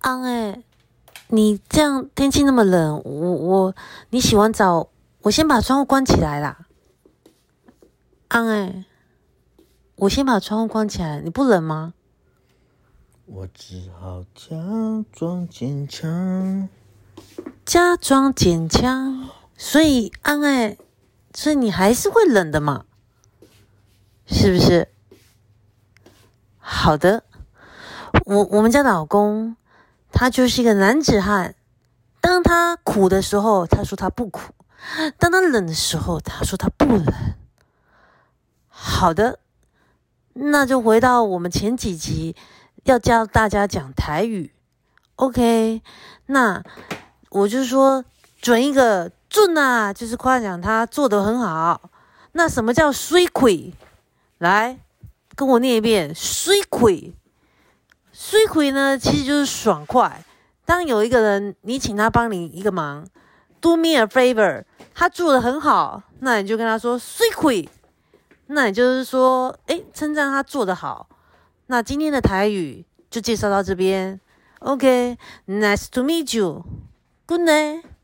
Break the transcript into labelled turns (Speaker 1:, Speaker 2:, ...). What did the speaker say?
Speaker 1: 安你这样天气那么冷，你洗完澡，我先把窗户关起来啦。安我先把窗户关起来，你不冷吗？
Speaker 2: 我只好假装坚强。
Speaker 1: 假装坚强，所以安所以你还是会冷的嘛，是不是？好的，我们家老公他就是一个男子汉，当他苦的时候，他说他不苦；当他冷的时候，他说他不冷。好的，那就回到我们前几集要教大家讲台语。OK， 那我就说准一个准啊，就是夸奖他做得很好。那什么叫水亏？来跟我念一遍，水亏。水亏呢，其实就是爽快。当有一个人你请他帮你一个忙 ，do me a favor， 他做得很好，那你就跟他说水亏。那也就是说，称赞他做得好。那今天的台语就介绍到这边。OK，nice to meet you. Good night.